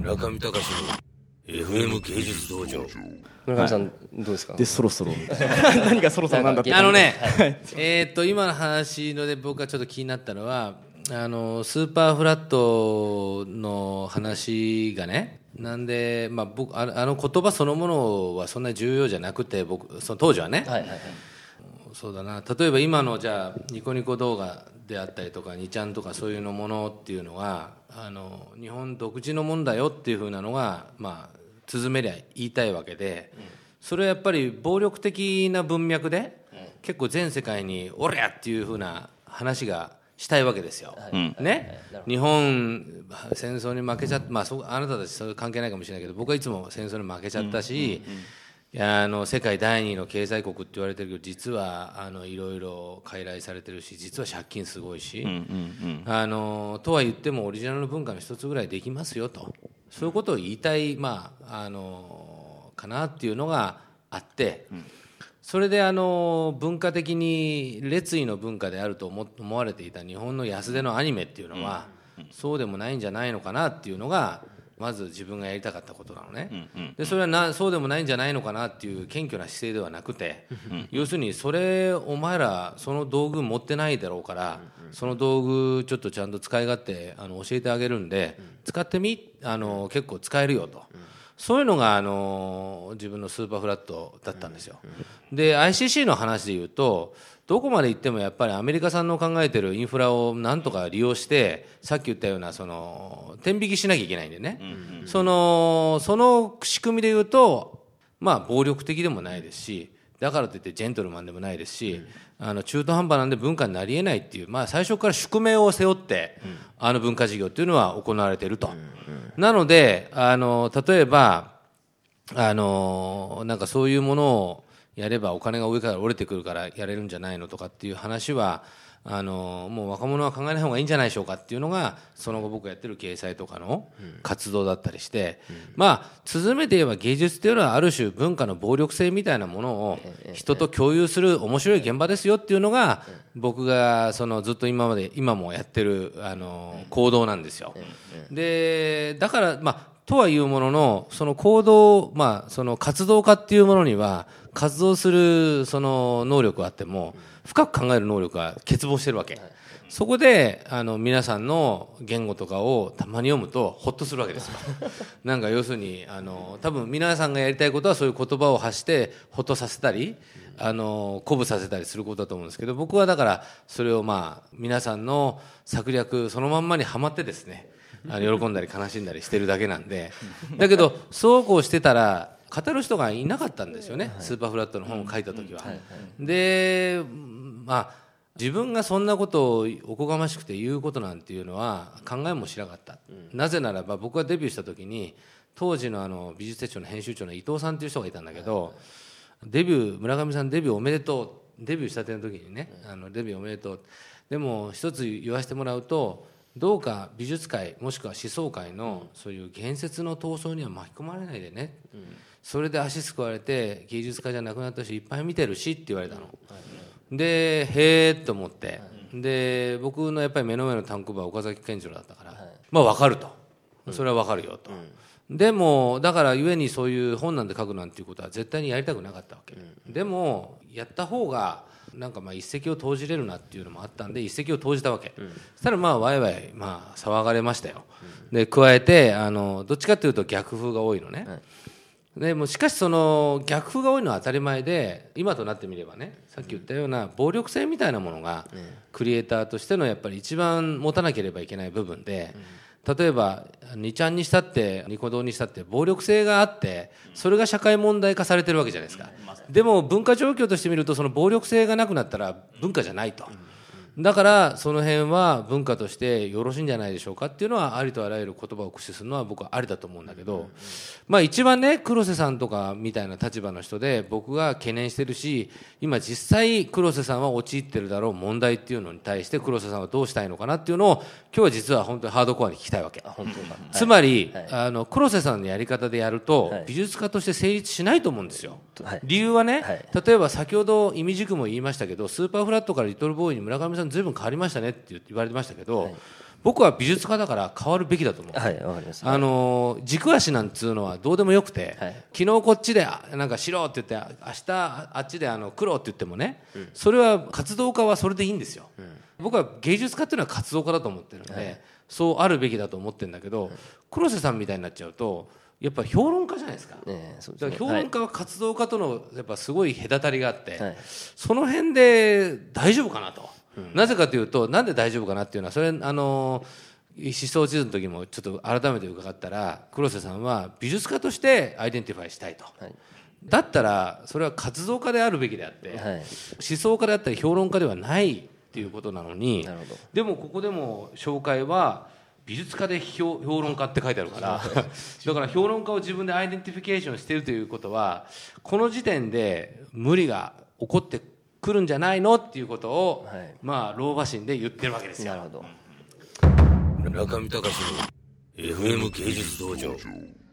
村上隆の FM 芸術道場。 村上さん、どうですか。 でそろそろ何がそろそろなんだって。 今の話ので僕がちょっと気になったのはスーパーフラットの話がね、なんで、僕あの言葉そのものはそんなに重要じゃなくて、僕その当時はね、そうだな、例えば今のじゃあニコニコ動画であったりとか2ちゃんとかそういうのものっていうのは日本独自のもんだよっていうふうなのが綴めりゃ言いたいわけで、それはやっぱり暴力的な文脈で結構全世界におりゃっていうふうな話がしたいわけですよ、ね、日本戦争に負けちゃった、あなたたちそれ関係ないかもしれないけど、僕はいつも戦争に負けちゃったし、世界第2位の経済国って言われてるけど、実はいろいろ傀儡されてるし、実は借金すごいし、とは言ってもオリジナルの文化の一つぐらいできますよと、そういうことを言いたい、かなっていうのがあって、それで文化的に劣位の文化であると思われていた日本の安手のアニメっていうのは、そうでもないんじゃないのかなっていうのがまず自分がやりたかったことなのね。でそれはそうでもないんじゃないのかなっていう謙虚な姿勢ではなくて、要するにそれお前らその道具持ってないだろうから、その道具ちょっとちゃんと使い勝手教えてあげるんで使ってみ、結構使えるよと、そういうのが自分のスーパーフラットだったんですよ。で ICC の話でいうと、どこまで行ってもやっぱりアメリカさんの考えてるインフラをなんとか利用して、さっき言ったような天引きしなきゃいけないんでね、その仕組みでいうと暴力的でもないですし、だからといってジェントルマンでもないですし、中途半端なんで文化になりえないっていう、最初から宿命を背負って、文化事業っていうのは行われていると。なので例えばなんかそういうものをやればお金が上から降りてくるからやれるんじゃないのとかっていう話はもう若者は考えない方がいいんじゃないでしょうかっていうのが、その後僕がやってる掲載とかの活動だったりして、綴めて言えば芸術っていうのはある種文化の暴力性みたいなものを人と共有する面白い現場ですよっていうのが、僕がずっと今もやってる行動なんですよ。でだからとはいうものの、その行動、その活動家っていうものには活動するその能力があっても深く考える能力が欠乏してるわけ。そこで皆さんの言語とかをたまに読むとホッとするわけですよ。なんか要するに多分皆さんがやりたいことはそういう言葉を発してホッとさせたり鼓舞させたりすることだと思うんですけど、僕はだからそれを皆さんの策略そのまんまにはまってですね、喜んだり悲しんだりしてるだけなんで、だけどそうこうしてたら語る人がいなかったんですよね、スーパーフラットの本を書いた時は。で自分がそんなことをおこがましくて言うことなんていうのは考えもしなかった、なぜならば僕がデビューした時に当時の美術手帳の編集長の伊藤さんっていう人がいたんだけど、村上さんデビューおめでとう、デビューしたての時にね、デビューおめでとう、でも一つ言わせてもらうと、どうか美術界もしくは思想界のそういう言説の闘争には巻き込まれないでね、それで足すくわれて芸術家じゃなくなった人いっぱい見てるしって言われたの。でへえと思って、で僕のやっぱり目の前のタンクバー岡崎健次郎だったから、分かると、それは分かるよと、でもだからゆえにそういう本なんて書くなんていうことは絶対にやりたくなかったわけ、でもやった方がなんか一石を投じれるなっていうのもあったんで一石を投じたわけ、そしたらワイワイ騒がれましたよ。で加えてどっちかっていうと逆風が多いのね、でもしかしその逆風が多いのは当たり前で、今となってみればね、さっき言ったような暴力性みたいなものがクリエイターとしてのやっぱり一番持たなければいけない部分で、例えば2ちゃんにしたってニコ動にしたって暴力性があって、それが社会問題化されてるわけじゃないですか。でも文化状況として見るとその暴力性がなくなったら文化じゃないと、だからその辺は文化としてよろしいんじゃないでしょうかっていうのは、ありとあらゆる言葉を駆使するのは僕はありだと思うんだけど、一番ね黒瀬さんとかみたいな立場の人で僕が懸念してるし、今実際黒瀬さんは陥ってるだろう問題っていうのに対して黒瀬さんはどうしたいのかなっていうのを今日は実は本当にハードコアに聞きたいわけ。つまり、黒瀬さんのやり方でやると美術家として成立しないと思うんですよ。理由はね、例えば先ほど意味軸も言いましたけど、スーパーフラットからリトルボーイに村上さんずいぶん変わりましたねって言われてましたけど、 僕は美術家だから変わるべきだと思う。 はい、わかります。 軸足なんつうのはどうでもよくて、 はい、 昨日こっちでなんか白って言って明日あっちで黒って言ってもね、それは活動家はそれでいいんですよ。僕は芸術家っていうのは活動家だと思ってるので、はい、そうあるべきだと思ってるんだけど、黒瀬さんみたいになっちゃうとやっぱ評論家じゃないですか。 そうですね、 だから評論家は活動家とのやっぱすごい隔たりがあって、 はい、 その辺で大丈夫かなと、なぜかというとなんで大丈夫かなっていうのはそれ思想地図の時もちょっと改めて伺ったら黒瀬さんは美術家としてアイデンティファイしたいと、はい、だったらそれは活動家であるべきであって、はい、思想家であったり評論家ではないっていうことなのに、なるほど。でもここでも紹介は美術家で評論家って書いてあるからだから評論家を自分でアイデンティフィケーションしているということはこの時点で無理が起こってくるんじゃないのっていうことを、はい、まあ老婆心で言ってるわけですよ。 なるほど。 中見隆の FM 芸術道場。